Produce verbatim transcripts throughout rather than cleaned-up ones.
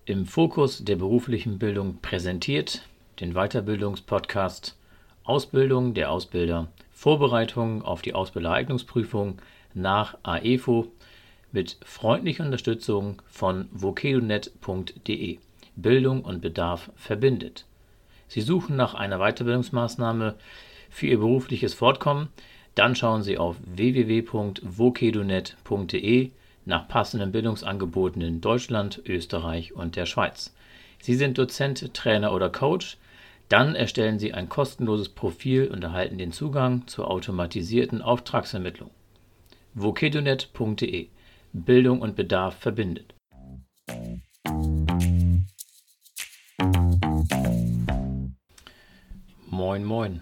Im Fokus der beruflichen Bildung präsentiert den Weiterbildungspodcast Ausbildung der Ausbilder, Vorbereitung auf die Ausbildereignungsprüfung nach A E F O mit freundlicher Unterstützung von vokedonet punkt de. Bildung und Bedarf verbindet. Sie suchen nach einer Weiterbildungsmaßnahme für Ihr berufliches Fortkommen? Dann schauen Sie auf w w w punkt vokedonet punkt de nach passenden Bildungsangeboten in Deutschland, Österreich und der Schweiz. Sie sind Dozent, Trainer oder Coach? Dann erstellen Sie ein kostenloses Profil und erhalten den Zugang zur automatisierten Auftragsermittlung. vokedonet punkt de. Bildung und Bedarf verbindet. Moin moin.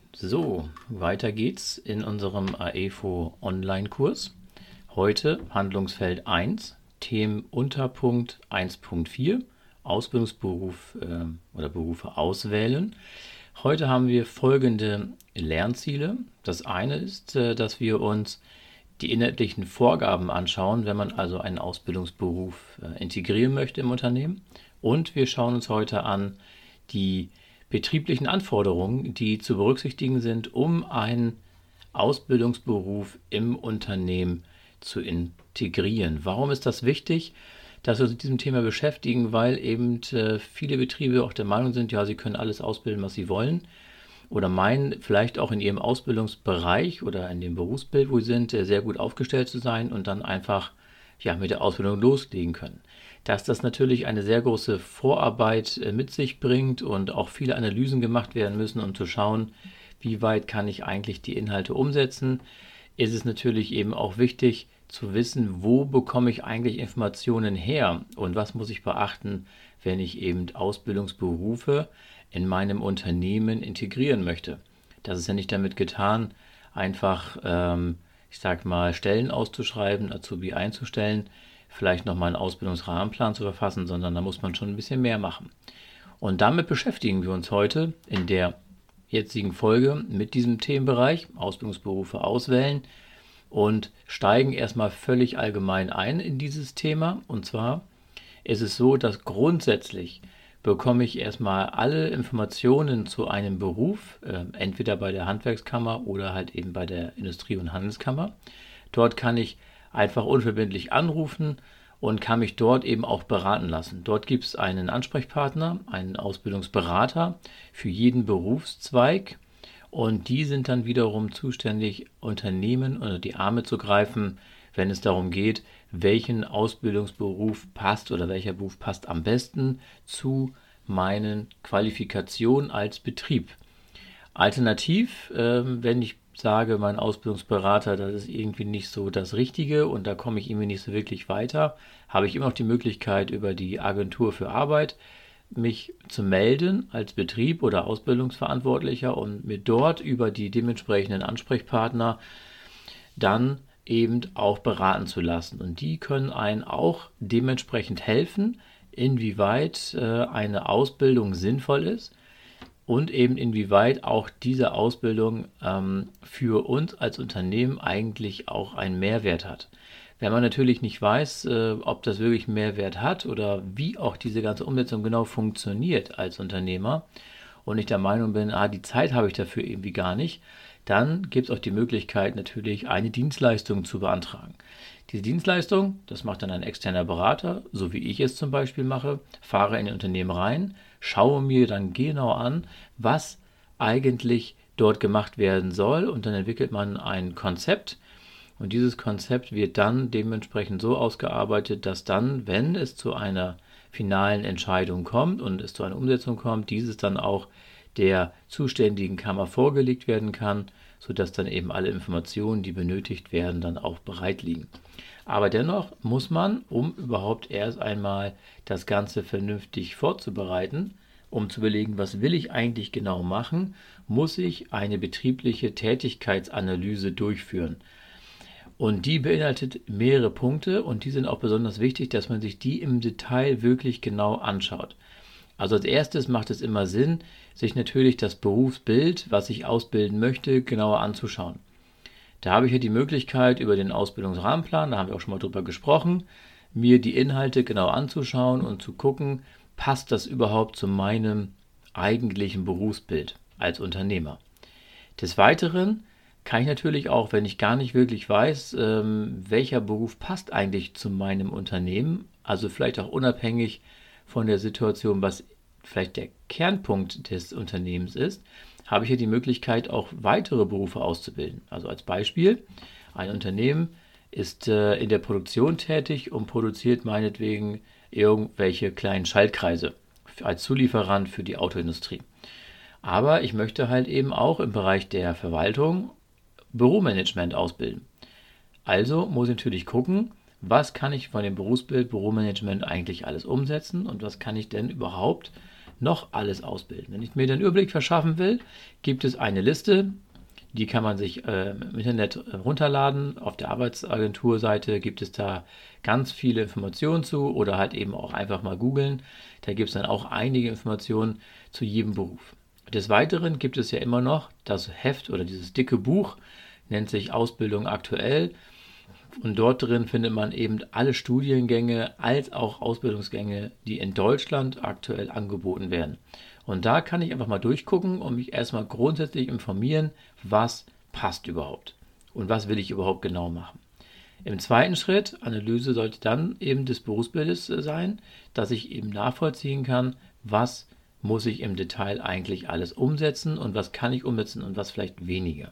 So, weiter geht's in unserem A E F O Online-Kurs. Heute Handlungsfeld eins, Themenunterpunkt eins Punkt vier, Ausbildungsberuf äh, oder Berufe auswählen. Heute haben wir folgende Lernziele. Das eine ist, äh, dass wir uns die inhaltlichen Vorgaben anschauen, wenn man also einen Ausbildungsberuf äh, integrieren möchte im Unternehmen. Und wir schauen uns heute an die betrieblichen Anforderungen, die zu berücksichtigen sind, um einen Ausbildungsberuf im Unternehmen zu integrieren. Warum ist das wichtig, dass wir uns mit diesem Thema beschäftigen? Weil eben äh, viele Betriebe auch der Meinung sind, ja, sie können alles ausbilden, was sie wollen, oder meinen vielleicht auch in ihrem Ausbildungsbereich oder in dem Berufsbild, wo sie sind, äh, sehr gut aufgestellt zu sein und dann einfach ja, mit der Ausbildung loslegen können. Dass das natürlich eine sehr große Vorarbeit äh, mit sich bringt und auch viele Analysen gemacht werden müssen, um zu schauen, wie weit kann ich eigentlich die Inhalte umsetzen, ist es natürlich eben auch wichtig zu wissen, wo bekomme ich eigentlich Informationen her und was muss ich beachten, wenn ich eben Ausbildungsberufe in meinem Unternehmen integrieren möchte. Das ist ja nicht damit getan, einfach, ähm, ich sag mal, Stellen auszuschreiben, Azubi einzustellen, vielleicht nochmal einen Ausbildungsrahmenplan zu verfassen, sondern da muss man schon ein bisschen mehr machen. Und damit beschäftigen wir uns heute in der jetzigen Folge mit diesem Themenbereich, Ausbildungsberufe auswählen, und steigen erstmal völlig allgemein ein in dieses Thema. Und zwar ist es so, dass grundsätzlich bekomme ich erstmal alle Informationen zu einem Beruf, äh, entweder bei der Handwerkskammer oder halt eben bei der Industrie- und Handelskammer. Dort kann ich einfach unverbindlich anrufen und kann mich dort eben auch beraten lassen. Dort gibt es einen Ansprechpartner, einen Ausbildungsberater für jeden Berufszweig, und die sind dann wiederum zuständig, Unternehmen unter die Arme zu greifen, wenn es darum geht, welchen Ausbildungsberuf passt oder welcher Beruf passt am besten zu meinen Qualifikationen als Betrieb. Alternativ, äh, wenn ich sage, mein Ausbildungsberater, das ist irgendwie nicht so das Richtige und da komme ich irgendwie nicht so wirklich weiter, habe ich immer noch die Möglichkeit, über die Agentur für Arbeit mich zu melden als Betrieb oder Ausbildungsverantwortlicher und mir dort über die dementsprechenden Ansprechpartner dann eben auch beraten zu lassen. Und die können einen auch dementsprechend helfen, inwieweit äh, eine Ausbildung sinnvoll ist und eben inwieweit auch diese Ausbildung ähm, für uns als Unternehmen eigentlich auch einen Mehrwert hat. Wenn man natürlich nicht weiß, äh, ob das wirklich einen Mehrwert hat oder wie auch diese ganze Umsetzung genau funktioniert als Unternehmer und ich der Meinung bin, ah, die Zeit habe ich dafür irgendwie gar nicht, dann gibt es auch die Möglichkeit natürlich eine Dienstleistung zu beantragen. Diese Dienstleistung, das macht dann ein externer Berater, so wie ich es zum Beispiel mache, fahre in ein Unternehmen rein, schaue mir dann genau an, was eigentlich dort gemacht werden soll, und dann entwickelt man ein Konzept. Und dieses Konzept wird dann dementsprechend so ausgearbeitet, dass dann, wenn es zu einer finalen Entscheidung kommt und es zu einer Umsetzung kommt, dieses dann auch der zuständigen Kammer vorgelegt werden kann, sodass dann eben alle Informationen, die benötigt werden, dann auch bereit liegen. Aber dennoch muss man, um überhaupt erst einmal das Ganze vernünftig vorzubereiten, um zu überlegen, was will ich eigentlich genau machen, muss ich eine betriebliche Tätigkeitsanalyse durchführen. Und die beinhaltet mehrere Punkte und die sind auch besonders wichtig, dass man sich die im Detail wirklich genau anschaut. Also als erstes macht es immer Sinn, sich natürlich das Berufsbild, was ich ausbilden möchte, genauer anzuschauen. Da habe ich ja die Möglichkeit über den Ausbildungsrahmenplan, da haben wir auch schon mal drüber gesprochen, mir die Inhalte genau anzuschauen und zu gucken, passt das überhaupt zu meinem eigentlichen Berufsbild als Unternehmer. Des Weiteren kann ich natürlich auch, wenn ich gar nicht wirklich weiß, ähm, welcher Beruf passt eigentlich zu meinem Unternehmen, also vielleicht auch unabhängig von der Situation, was vielleicht der Kernpunkt des Unternehmens ist, habe ich hier die Möglichkeit, auch weitere Berufe auszubilden. Also als Beispiel, ein Unternehmen ist äh, in der Produktion tätig und produziert meinetwegen irgendwelche kleinen Schaltkreise als Zulieferant für die Autoindustrie. Aber ich möchte halt eben auch im Bereich der Verwaltung Büromanagement ausbilden. Also muss ich natürlich gucken, was kann ich von dem Berufsbild Büromanagement eigentlich alles umsetzen und was kann ich denn überhaupt noch alles ausbilden. Wenn ich mir den Überblick verschaffen will, gibt es eine Liste, die kann man sich äh, im Internet runterladen. Auf der Arbeitsagenturseite gibt es da ganz viele Informationen zu oder halt eben auch einfach mal googeln. Da gibt es dann auch einige Informationen zu jedem Beruf. Des Weiteren gibt es ja immer noch das Heft oder dieses dicke Buch, nennt sich Ausbildung aktuell. Und dort drin findet man eben alle Studiengänge als auch Ausbildungsgänge, die in Deutschland aktuell angeboten werden. Und da kann ich einfach mal durchgucken und mich erstmal grundsätzlich informieren, was passt überhaupt und was will ich überhaupt genau machen. Im zweiten Schritt, Analyse sollte dann eben des Berufsbildes sein, dass ich eben nachvollziehen kann, was muss ich im Detail eigentlich alles umsetzen und was kann ich umsetzen und was vielleicht weniger.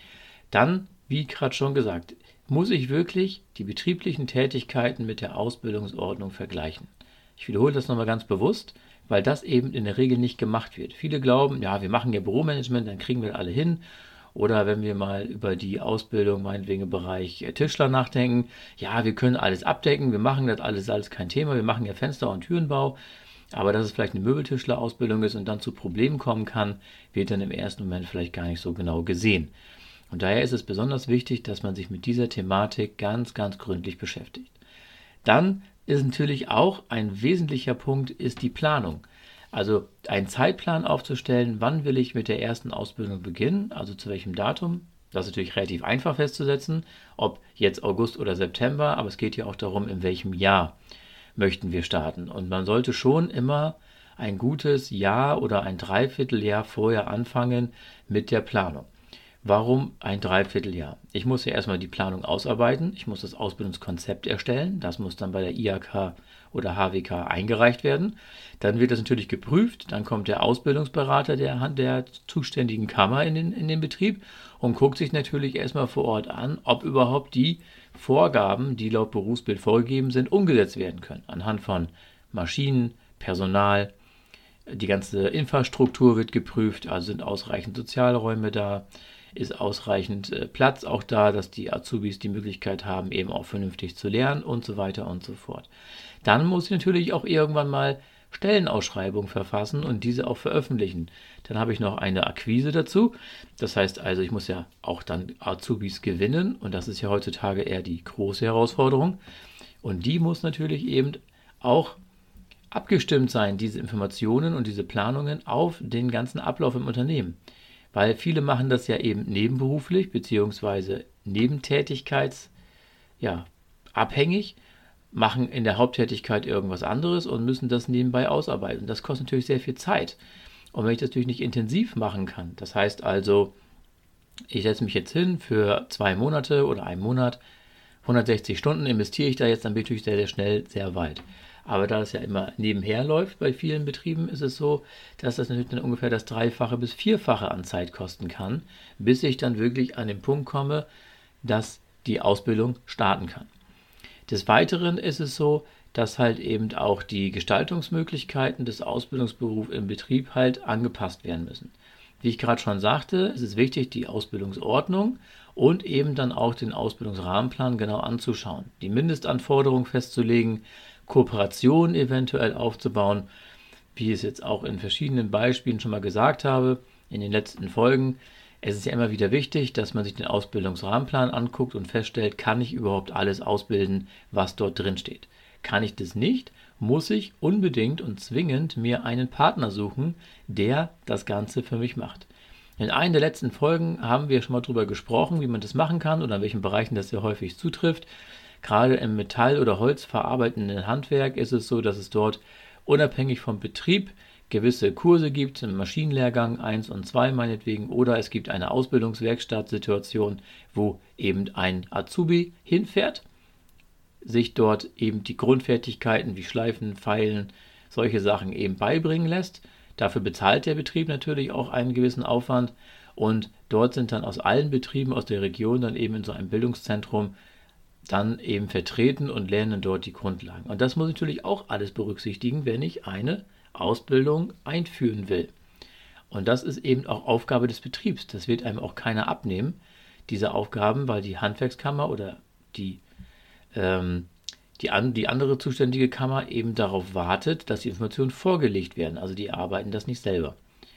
Dann, wie gerade schon gesagt, muss ich wirklich die betrieblichen Tätigkeiten mit der Ausbildungsordnung vergleichen. Ich wiederhole das nochmal ganz bewusst, weil das eben in der Regel nicht gemacht wird. Viele glauben, ja, wir machen ja Büromanagement, dann kriegen wir alle hin. Oder wenn wir mal über die Ausbildung, meinetwegen im Bereich Tischler nachdenken, ja, wir können alles abdecken, wir machen das alles, alles kein Thema, wir machen ja Fenster- und Türenbau. Aber dass es vielleicht eine Möbeltischler-Ausbildung ist und dann zu Problemen kommen kann, wird dann im ersten Moment vielleicht gar nicht so genau gesehen. Und daher ist es besonders wichtig, dass man sich mit dieser Thematik ganz, ganz gründlich beschäftigt. Dann ist natürlich auch ein wesentlicher Punkt, ist die Planung. Also einen Zeitplan aufzustellen, wann will ich mit der ersten Ausbildung beginnen, also zu welchem Datum. Das ist natürlich relativ einfach festzusetzen, ob jetzt August oder September, aber es geht ja auch darum, in welchem Jahr möchten wir starten. Und man sollte schon immer ein gutes Jahr oder ein Dreivierteljahr vorher anfangen mit der Planung. Warum ein Dreivierteljahr? Ich muss ja erstmal die Planung ausarbeiten, ich muss das Ausbildungskonzept erstellen, das muss dann bei der I H K oder H W K eingereicht werden. Dann wird das natürlich geprüft, dann kommt der Ausbildungsberater der, der zuständigen Kammer in den, in den Betrieb und guckt sich natürlich erstmal vor Ort an, ob überhaupt die Vorgaben, die laut Berufsbild vorgegeben sind, umgesetzt werden können. Anhand von Maschinen, Personal, die ganze Infrastruktur wird geprüft, also sind ausreichend Sozialräume da, ist ausreichend äh, Platz auch da, dass die Azubis die Möglichkeit haben, eben auch vernünftig zu lernen und so weiter und so fort. Dann muss ich natürlich auch irgendwann mal Stellenausschreibungen verfassen und diese auch veröffentlichen. Dann habe ich noch eine Akquise dazu. Das heißt also, ich muss ja auch dann Azubis gewinnen und das ist ja heutzutage eher die große Herausforderung. Und die muss natürlich eben auch abgestimmt sein, diese Informationen und diese Planungen auf den ganzen Ablauf im Unternehmen. Weil viele machen das ja eben nebenberuflich beziehungsweise nebentätigkeits, ja, abhängig, machen in der Haupttätigkeit irgendwas anderes und müssen das nebenbei ausarbeiten. Das kostet natürlich sehr viel Zeit. Und wenn ich das natürlich nicht intensiv machen kann, das heißt also, ich setze mich jetzt hin für zwei Monate oder einen Monat, hundertsechzig Stunden investiere ich da jetzt, dann bin ich natürlich sehr, sehr schnell sehr weit. Aber da das ja immer nebenher läuft bei vielen Betrieben, ist es so, dass das natürlich dann ungefähr das Dreifache bis Vierfache an Zeit kosten kann, bis ich dann wirklich an den Punkt komme, dass die Ausbildung starten kann. Des Weiteren ist es so, dass halt eben auch die Gestaltungsmöglichkeiten des Ausbildungsberufs im Betrieb halt angepasst werden müssen. Wie ich gerade schon sagte, ist es wichtig, die Ausbildungsordnung und eben dann auch den Ausbildungsrahmenplan genau anzuschauen, die Mindestanforderungen festzulegen, Kooperationen eventuell aufzubauen, wie ich es jetzt auch in verschiedenen Beispielen schon mal gesagt habe, in den letzten Folgen. Es ist ja immer wieder wichtig, dass man sich den Ausbildungsrahmenplan anguckt und feststellt, kann ich überhaupt alles ausbilden, was dort drin steht. Kann ich das nicht, muss ich unbedingt und zwingend mir einen Partner suchen, der das Ganze für mich macht. In einer der letzten Folgen haben wir schon mal darüber gesprochen, wie man das machen kann oder in welchen Bereichen das sehr häufig zutrifft. Gerade im Metall- oder Holzverarbeitenden Handwerk ist es so, dass es dort unabhängig vom Betrieb gewisse Kurse gibt, im Maschinenlehrgang eins und zwei meinetwegen, oder es gibt eine Ausbildungswerkstattsituation, wo eben ein Azubi hinfährt, sich dort eben die Grundfertigkeiten wie Schleifen, Feilen, solche Sachen eben beibringen lässt. Dafür bezahlt der Betrieb natürlich auch einen gewissen Aufwand und dort sind dann aus allen Betrieben aus der Region dann eben in so einem Bildungszentrum dann eben vertreten und lernen dort die Grundlagen. Und das muss ich natürlich auch alles berücksichtigen, wenn ich eine Ausbildung einführen will. Und das ist eben auch Aufgabe des Betriebs. Das wird einem auch keiner abnehmen, diese Aufgaben, weil die Handwerkskammer oder die, ähm, die, an, die andere zuständige Kammer eben darauf wartet, dass die Informationen vorgelegt werden. Also die arbeiten das nicht selber.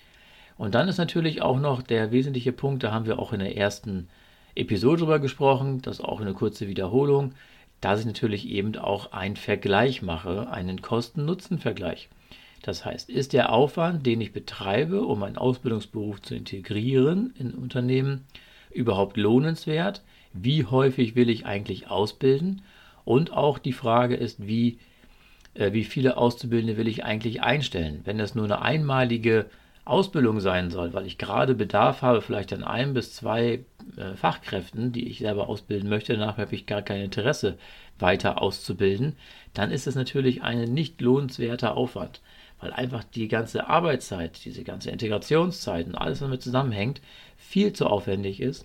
Und dann ist natürlich auch noch der wesentliche Punkt, da haben wir auch in der ersten Episode drüber gesprochen, das ist auch eine kurze Wiederholung, dass ich natürlich eben auch einen Vergleich mache, einen Kosten-Nutzen-Vergleich. Das heißt, ist der Aufwand, den ich betreibe, um einen Ausbildungsberuf zu integrieren in Unternehmen, überhaupt lohnenswert? Wie häufig will ich eigentlich ausbilden? Und auch die Frage ist, wie, äh, wie viele Auszubildende will ich eigentlich einstellen? Wenn das nur eine einmalige Ausbildung sein soll, weil ich gerade Bedarf habe, vielleicht an ein bis zwei äh, Fachkräften, die ich selber ausbilden möchte, danach habe ich gar kein Interesse, weiter auszubilden, dann ist es natürlich ein nicht lohnenswerter Aufwand, weil einfach die ganze Arbeitszeit, diese ganze Integrationszeit und alles, was damit zusammenhängt, viel zu aufwendig ist,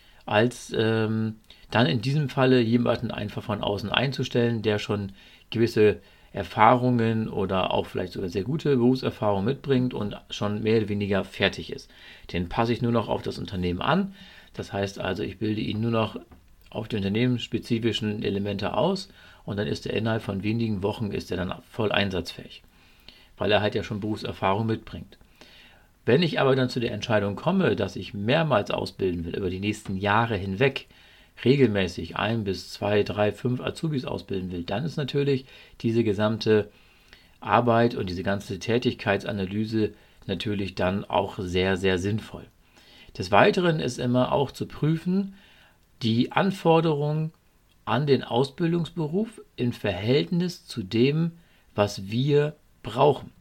als ähm, dann in diesem Falle jemanden einfach von außen einzustellen, der schon gewisse Erfahrungen oder auch vielleicht sogar sehr gute Berufserfahrung mitbringt und schon mehr oder weniger fertig ist. Den passe ich nur noch auf das Unternehmen an. Das heißt also, ich bilde ihn nur noch auf die unternehmensspezifischen Elemente aus und dann ist er innerhalb von wenigen Wochen ist er dann voll einsatzfähig, weil er halt ja schon Berufserfahrung mitbringt. Wenn ich aber dann zu der Entscheidung komme, dass ich mehrmals ausbilden will, über die nächsten Jahre hinweg, regelmäßig ein bis zwei, drei, fünf Azubis ausbilden will, dann ist natürlich diese gesamte Arbeit und diese ganze Tätigkeitsanalyse natürlich dann auch sehr, sehr sinnvoll. Des Weiteren ist immer auch zu prüfen, die Anforderungen an den Ausbildungsberuf im Verhältnis zu dem, was wir brauchen.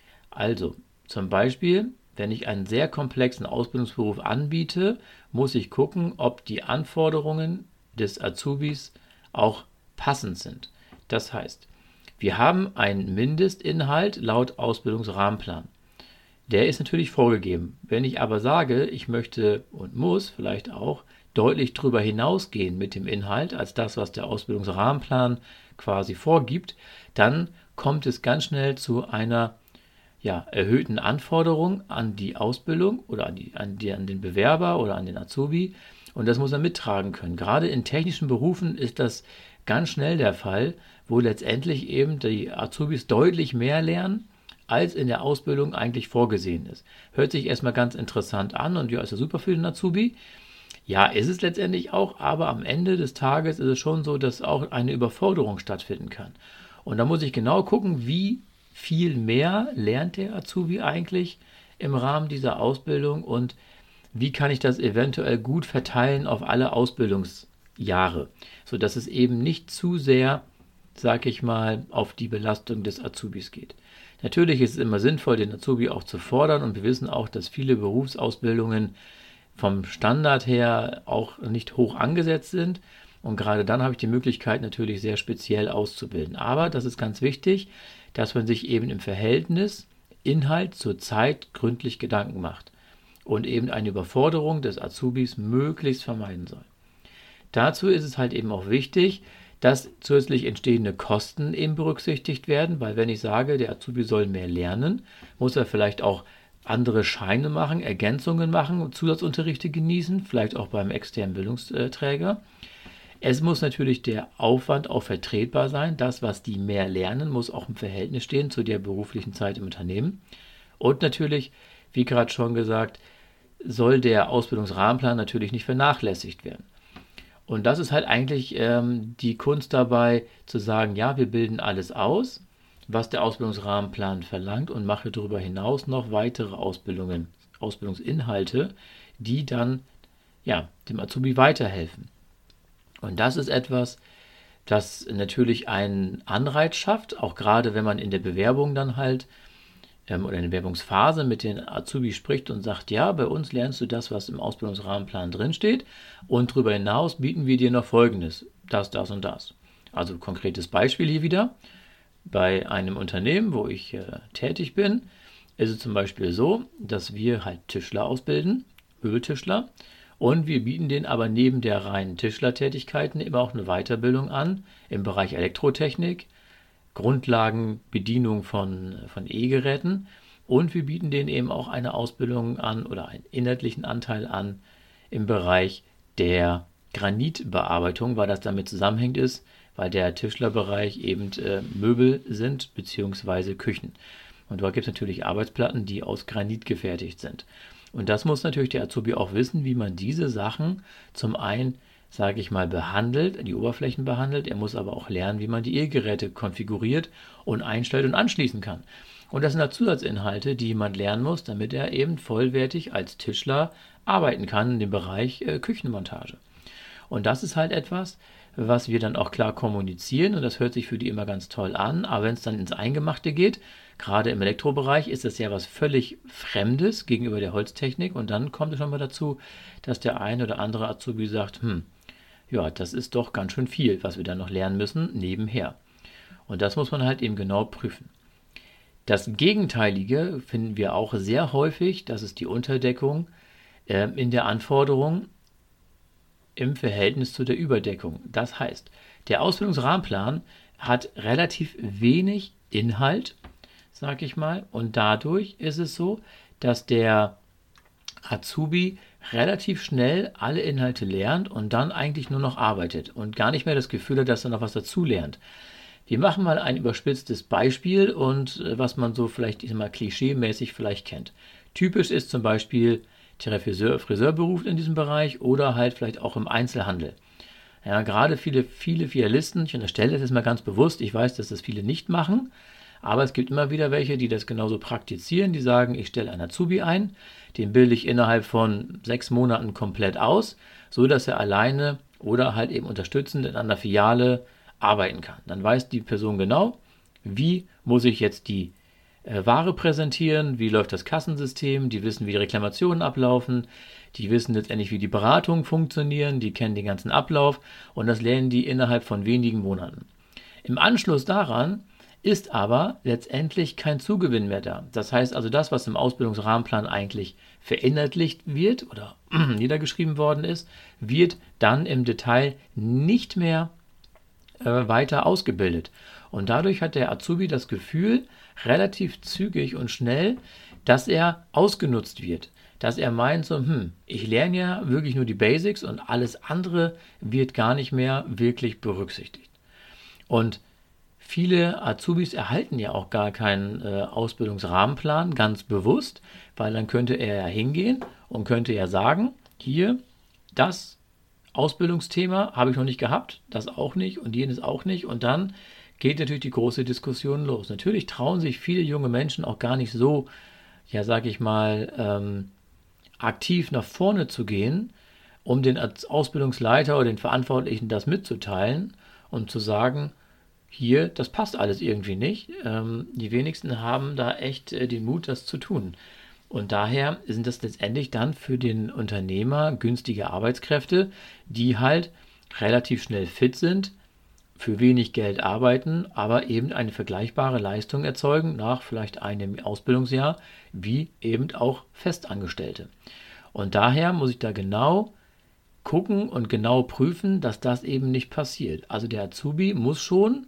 Also zum Beispiel, wenn ich einen sehr komplexen Ausbildungsberuf anbiete, muss ich gucken, ob die Anforderungen des Azubis auch passend sind. Das heißt, wir haben einen Mindestinhalt laut Ausbildungsrahmenplan. Der ist natürlich vorgegeben. Wenn ich aber sage, ich möchte und muss vielleicht auch deutlich darüber hinausgehen mit dem Inhalt, als das, was der Ausbildungsrahmenplan quasi vorgibt, dann kommt es ganz schnell zu einer ja, erhöhten Anforderung an die Ausbildung oder an, die, an, die, an den Bewerber oder an den Azubi und das muss er mittragen können. Gerade in technischen Berufen ist das ganz schnell der Fall, wo letztendlich eben die Azubis deutlich mehr lernen, als in der Ausbildung eigentlich vorgesehen ist. Hört sich erstmal ganz interessant an und ja, ist ja super für den Azubi. Ja, ist es letztendlich auch, aber am Ende des Tages ist es schon so, dass auch eine Überforderung stattfinden kann. Und da muss ich genau gucken, wie viel mehr lernt der Azubi eigentlich im Rahmen dieser Ausbildung und wie kann ich das eventuell gut verteilen auf alle Ausbildungsjahre, sodass es eben nicht zu sehr, sag ich mal, auf die Belastung des Azubis geht. Natürlich ist es immer sinnvoll, den Azubi auch zu fordern und wir wissen auch, dass viele Berufsausbildungen vom Standard her auch nicht hoch angesetzt sind und gerade dann habe ich die Möglichkeit natürlich sehr speziell auszubilden. Aber das ist ganz wichtig, dass man sich eben im Verhältnis Inhalt zur Zeit gründlich Gedanken macht und eben eine Überforderung des Azubis möglichst vermeiden soll. Dazu ist es halt eben auch wichtig, dass zusätzlich entstehende Kosten eben berücksichtigt werden, weil wenn ich sage, der Azubi soll mehr lernen, muss er vielleicht auch andere Scheine machen, Ergänzungen machen, Zusatzunterrichte genießen, vielleicht auch beim externen Bildungsträger. Es muss natürlich der Aufwand auch vertretbar sein. Das, was die mehr lernen, muss auch im Verhältnis stehen zu der beruflichen Zeit im Unternehmen. Und natürlich, wie gerade schon gesagt, soll der Ausbildungsrahmenplan natürlich nicht vernachlässigt werden. Und das ist halt eigentlich ähm, die Kunst dabei, zu sagen, ja, wir bilden alles aus, was der Ausbildungsrahmenplan verlangt und mache darüber hinaus noch weitere Ausbildungen, Ausbildungsinhalte, die dann ja, dem Azubi weiterhelfen. Und das ist etwas, das natürlich einen Anreiz schafft, auch gerade wenn man in der Bewerbung dann halt ähm, oder in der Bewerbungsphase mit den Azubi spricht und sagt, ja, bei uns lernst du das, was im Ausbildungsrahmenplan drinsteht und darüber hinaus bieten wir dir noch Folgendes, das, das und das. Also konkretes Beispiel hier wieder. Bei einem Unternehmen, wo ich äh, tätig bin, ist es zum Beispiel so, dass wir halt Tischler ausbilden, Möbeltischler, und wir bieten denen aber neben der reinen Tischlertätigkeiten immer auch eine Weiterbildung an im Bereich Elektrotechnik, Grundlagen, Bedienung von, von E-Geräten, und wir bieten denen eben auch eine Ausbildung an oder einen inhaltlichen Anteil an im Bereich der Granitbearbeitung, weil das damit zusammenhängt ist, weil der Tischlerbereich eben äh, Möbel sind beziehungsweise Küchen. Und dort gibt es natürlich Arbeitsplatten, die aus Granit gefertigt sind. Und das muss natürlich der Azubi auch wissen, wie man diese Sachen zum einen, sage ich mal, behandelt, die Oberflächen behandelt. Er muss aber auch lernen, wie man die E-Geräte konfiguriert und einstellt und anschließen kann. Und das sind da Zusatzinhalte, die jemand lernen muss, damit er eben vollwertig als Tischler arbeiten kann in dem Bereich äh, Küchenmontage. Und das ist halt etwas, was wir dann auch klar kommunizieren, und das hört sich für die immer ganz toll an, aber wenn es dann ins Eingemachte geht, gerade im Elektrobereich, ist das ja was völlig Fremdes gegenüber der Holztechnik, und dann kommt es schon mal dazu, dass der ein oder andere Azubi sagt, hm, ja, das ist doch ganz schön viel, was wir dann noch lernen müssen, nebenher. Und das muss man halt eben genau prüfen. Das Gegenteilige finden wir auch sehr häufig, das ist die Unterdeckung äh, in der Anforderung im Verhältnis zu der Überdeckung. Das heißt, der Ausbildungsrahmenplan hat relativ wenig Inhalt, sag ich mal, und dadurch ist es so, dass der Azubi relativ schnell alle Inhalte lernt und dann eigentlich nur noch arbeitet und gar nicht mehr das Gefühl hat, dass er noch was dazu lernt. Wir machen mal ein überspitztes Beispiel und äh, was man so vielleicht ich sag mal klischeemäßig vielleicht kennt. Typisch ist zum Beispiel der Friseur, Friseurberuf in diesem Bereich oder halt vielleicht auch im Einzelhandel. Ja, gerade viele, viele Filialisten, ich unterstelle das jetzt mal ganz bewusst, ich weiß, dass das viele nicht machen, aber es gibt immer wieder welche, die das genauso praktizieren, die sagen, ich stelle einen Azubi ein, den bilde ich innerhalb von sechs Monaten komplett aus, so dass er alleine oder halt eben unterstützend in einer Filiale arbeiten kann. Dann weiß die Person genau, wie muss ich jetzt die äh, Ware präsentieren, wie läuft das Kassensystem, die wissen, wie die Reklamationen ablaufen, die wissen letztendlich, wie die Beratungen funktionieren, die kennen den ganzen Ablauf, und das lernen die innerhalb von wenigen Monaten. Im Anschluss daran ist aber letztendlich kein Zugewinn mehr da. Das heißt also, das, was im Ausbildungsrahmenplan eigentlich verinnerlicht wird oder niedergeschrieben worden ist, wird dann im Detail nicht mehr äh, weiter ausgebildet. Und dadurch hat der Azubi das Gefühl, relativ zügig und schnell, dass er ausgenutzt wird. Dass er meint, so, hm, ich lerne ja wirklich nur die Basics und alles andere wird gar nicht mehr wirklich berücksichtigt. Und viele Azubis erhalten ja auch gar keinen äh, Ausbildungsrahmenplan, ganz bewusst, weil dann könnte er ja hingehen und könnte ja sagen, hier, das Ausbildungsthema habe ich noch nicht gehabt, das auch nicht und jenes auch nicht, und dann geht natürlich die große Diskussion los. Natürlich trauen sich viele junge Menschen auch gar nicht so, ja, sag ich mal, ähm, aktiv nach vorne zu gehen, um den Ausbildungsleiter oder den Verantwortlichen das mitzuteilen und zu sagen, hier, das passt alles irgendwie nicht. Ähm, die wenigsten haben da echt äh, den Mut, das zu tun. Und daher sind das letztendlich dann für den Unternehmer günstige Arbeitskräfte, die halt relativ schnell fit sind, für wenig Geld arbeiten, aber eben eine vergleichbare Leistung erzeugen nach vielleicht einem Ausbildungsjahr, wie eben auch Festangestellte. Und daher muss ich da genau gucken und genau prüfen, dass das eben nicht passiert. Also der Azubi muss schon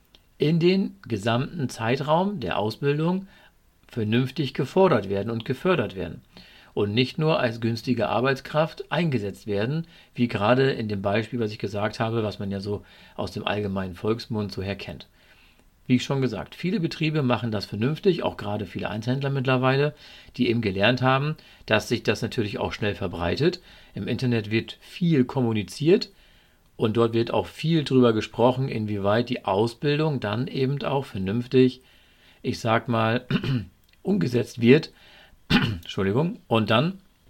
in den gesamten Zeitraum der Ausbildung vernünftig gefordert werden und gefördert werden und nicht nur als günstige Arbeitskraft eingesetzt werden, wie gerade in dem Beispiel, was ich gesagt habe, was man ja so aus dem allgemeinen Volksmund so her kennt. Wie ich schon gesagt, viele Betriebe machen das vernünftig, auch gerade viele Einzelhändler mittlerweile, die eben gelernt haben, dass sich das natürlich auch schnell verbreitet. Im Internet wird viel kommuniziert und dort wird auch viel drüber gesprochen, inwieweit die Ausbildung dann eben auch vernünftig, ich sag mal, umgesetzt wird. Entschuldigung. Und dann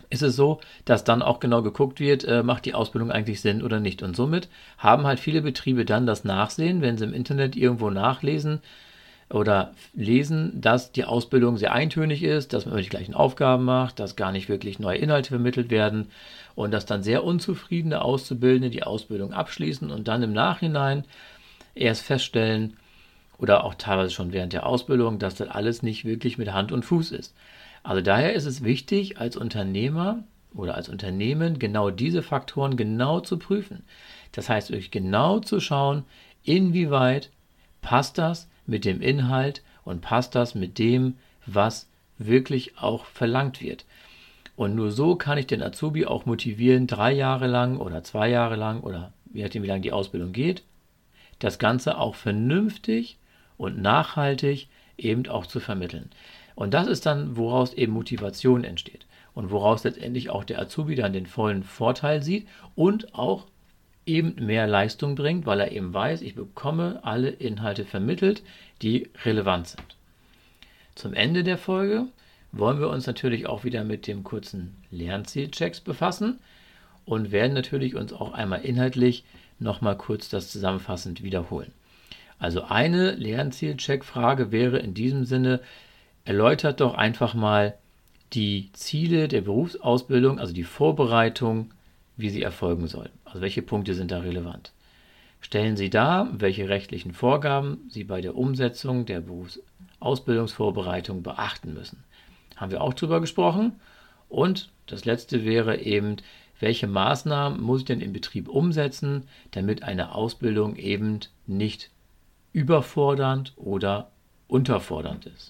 ist es so, dass dann auch genau geguckt wird, äh, macht die Ausbildung eigentlich Sinn oder nicht. Und somit haben halt viele Betriebe dann das Nachsehen, wenn sie im Internet irgendwo nachlesen oder lesen, dass die Ausbildung sehr eintönig ist, dass man immer die gleichen Aufgaben macht, dass gar nicht wirklich neue Inhalte vermittelt werden und dass dann sehr unzufriedene Auszubildende die Ausbildung abschließen und dann im Nachhinein erst feststellen oder auch teilweise schon während der Ausbildung, dass das alles nicht wirklich mit Hand und Fuß ist. Also daher ist es wichtig, als Unternehmer oder als Unternehmen genau diese Faktoren genau zu prüfen. Das heißt, euch genau zu schauen, inwieweit passt das mit dem Inhalt und passt das mit dem, was wirklich auch verlangt wird. Und nur so kann ich den Azubi auch motivieren, drei Jahre lang oder zwei Jahre lang oder je nachdem, wie lange die Ausbildung geht, das Ganze auch vernünftig und nachhaltig eben auch zu vermitteln. Und das ist dann, woraus eben Motivation entsteht und woraus letztendlich auch der Azubi dann den vollen Vorteil sieht und auch eben mehr Leistung bringt, weil er eben weiß, ich bekomme alle Inhalte vermittelt, die relevant sind. Zum Ende der Folge wollen wir uns natürlich auch wieder mit dem kurzen Lernzielchecks befassen und werden natürlich uns auch einmal inhaltlich nochmal kurz das zusammenfassend wiederholen. Also eine Lernzielcheck-Frage wäre in diesem Sinne, erläutert doch einfach mal die Ziele der Berufsausbildung, also die Vorbereitung, wie sie erfolgen soll. Also welche Punkte sind da relevant? Stellen Sie dar, welche rechtlichen Vorgaben Sie bei der Umsetzung der Berufsausbildungsvorbereitung beachten müssen. Haben wir auch drüber gesprochen. Und das letzte wäre eben, welche Maßnahmen muss ich denn im Betrieb umsetzen, damit eine Ausbildung eben nicht überfordernd oder unterfordernd ist.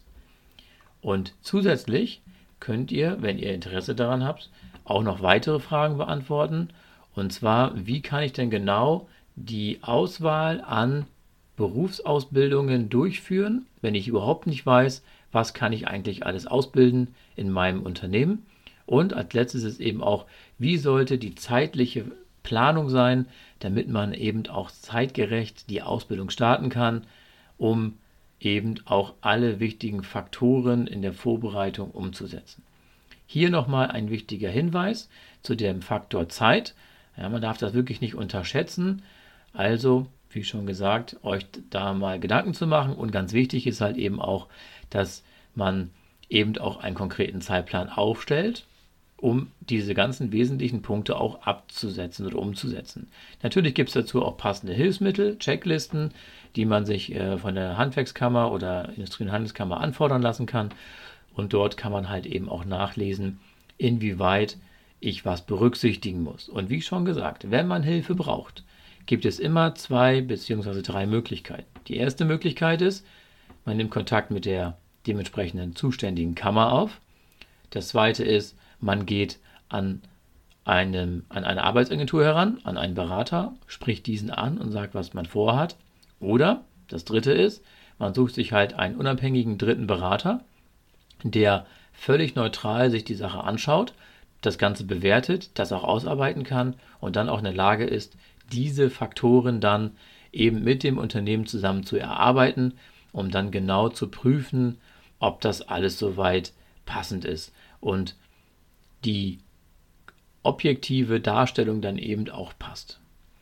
Und zusätzlich könnt ihr, wenn ihr Interesse daran habt, auch noch weitere Fragen beantworten. Und zwar, wie kann ich denn genau die Auswahl an Berufsausbildungen durchführen, wenn ich überhaupt nicht weiß, was kann ich eigentlich alles ausbilden in meinem Unternehmen. Und als letztes ist eben auch, wie sollte die zeitliche Planung sein, damit man eben auch zeitgerecht die Ausbildung starten kann, um eben auch alle wichtigen Faktoren in der Vorbereitung umzusetzen. Hier nochmal ein wichtiger Hinweis zu dem Faktor Zeit. Ja, man darf das wirklich nicht unterschätzen. Also, wie schon gesagt, euch da mal Gedanken zu machen. Und ganz wichtig ist halt eben auch, dass man eben auch einen konkreten Zeitplan aufstellt, um diese ganzen wesentlichen Punkte auch abzusetzen oder umzusetzen. Natürlich gibt es dazu auch passende Hilfsmittel, Checklisten, die man sich äh, von der Handwerkskammer oder Industrie- und Handelskammer anfordern lassen kann. Und dort kann man halt eben auch nachlesen, inwieweit ich was berücksichtigen muss. Und wie schon gesagt, wenn man Hilfe braucht, gibt es immer zwei bzw. drei Möglichkeiten. Die erste Möglichkeit ist, man nimmt Kontakt mit der dementsprechenden zuständigen Kammer auf. Das zweite ist, man geht an, einem, an eine Arbeitsagentur heran, an einen Berater, spricht diesen an und sagt, was man vorhat. Oder das dritte ist, man sucht sich halt einen unabhängigen dritten Berater, der völlig neutral sich die Sache anschaut, das Ganze bewertet, das auch ausarbeiten kann und dann auch in der Lage ist, diese Faktoren dann eben mit dem Unternehmen zusammen zu erarbeiten, um dann genau zu prüfen, ob das alles soweit passend ist und die objektive Darstellung dann eben auch passt.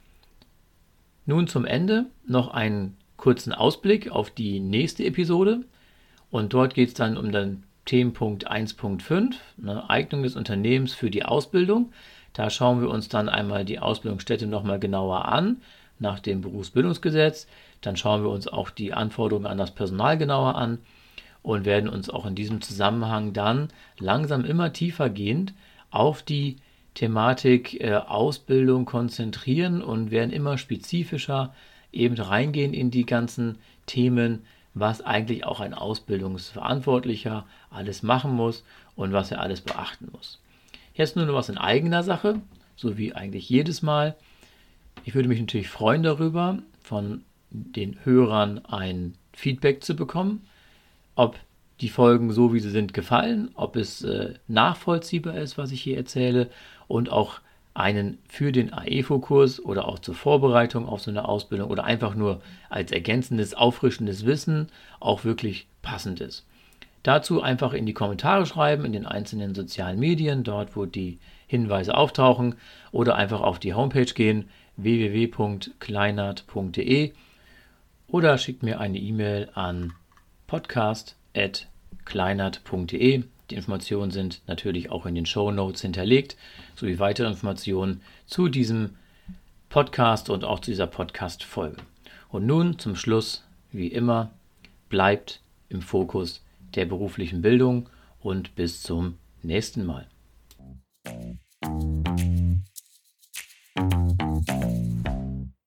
Nun zum Ende noch einen kurzen Ausblick auf die nächste Episode und dort geht es dann um den Themenpunkt eins Punkt fünf, ne, Eignung des Unternehmens für die Ausbildung. Da schauen wir uns dann einmal die Ausbildungsstätte nochmal genauer an, nach dem Berufsbildungsgesetz. Dann schauen wir uns auch die Anforderungen an das Personal genauer an und werden uns auch in diesem Zusammenhang dann langsam immer tiefer gehend auf die Thematik äh, Ausbildung konzentrieren und werden immer spezifischer eben reingehen in die ganzen Themen, was eigentlich auch ein Ausbildungsverantwortlicher alles machen muss und was er alles beachten muss. Jetzt nur noch was in eigener Sache, so wie eigentlich jedes Mal. Ich würde mich natürlich freuen darüber, von den Hörern ein Feedback zu bekommen, ob die Folgen so wie sie sind gefallen, ob es äh, nachvollziehbar ist, was ich hier erzähle und auch einen für den A E F O-Kurs oder auch zur Vorbereitung auf so eine Ausbildung oder einfach nur als ergänzendes, auffrischendes Wissen auch wirklich passend ist. Dazu einfach in die Kommentare schreiben, in den einzelnen sozialen Medien, dort wo die Hinweise auftauchen, oder einfach auf die Homepage gehen, w w w punkt kleinert punkt d e, oder schickt mir eine E-Mail an podcast at kleinert punkt d e. Die Informationen sind natürlich auch in den Shownotes hinterlegt, sowie weitere Informationen zu diesem Podcast und auch zu dieser Podcast-Folge. Und nun zum Schluss, wie immer, bleibt im Fokus der beruflichen Bildung und bis zum nächsten Mal.